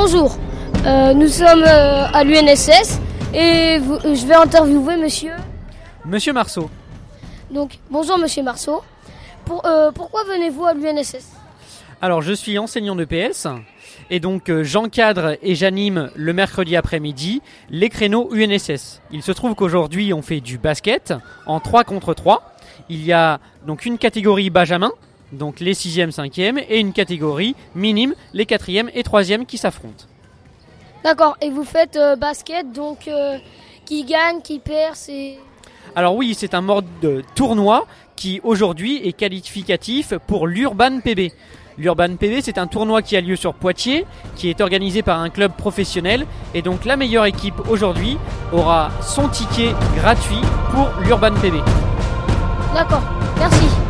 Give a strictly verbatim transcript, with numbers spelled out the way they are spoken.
bonjour, euh, nous sommes euh, à l'U N S S et vous, je vais interviewer monsieur... Monsieur Marceau. Donc, bonjour monsieur Marceau. Pour, euh, pourquoi venez-vous à l'U N S S ? Alors, je suis enseignant de P S et donc euh, j'encadre et j'anime le mercredi après-midi les créneaux U N S S. Il se trouve qu'aujourd'hui, on fait du basket en trois contre trois. Il y a donc une catégorie Benjamin, donc les sixième, cinquième, et une catégorie minime, les quatrième et troisième qui s'affrontent. D'accord, et vous faites euh, basket, donc euh, qui gagne, qui perd, c'est... Alors oui, c'est un mode de tournoi qui aujourd'hui est qualificatif pour l'Urban P B. L'Urban P B, c'est un tournoi qui a lieu sur Poitiers, qui est organisé par un club professionnel. Et donc la meilleure équipe aujourd'hui aura son ticket gratuit pour l'Urban P B. D'accord, merci.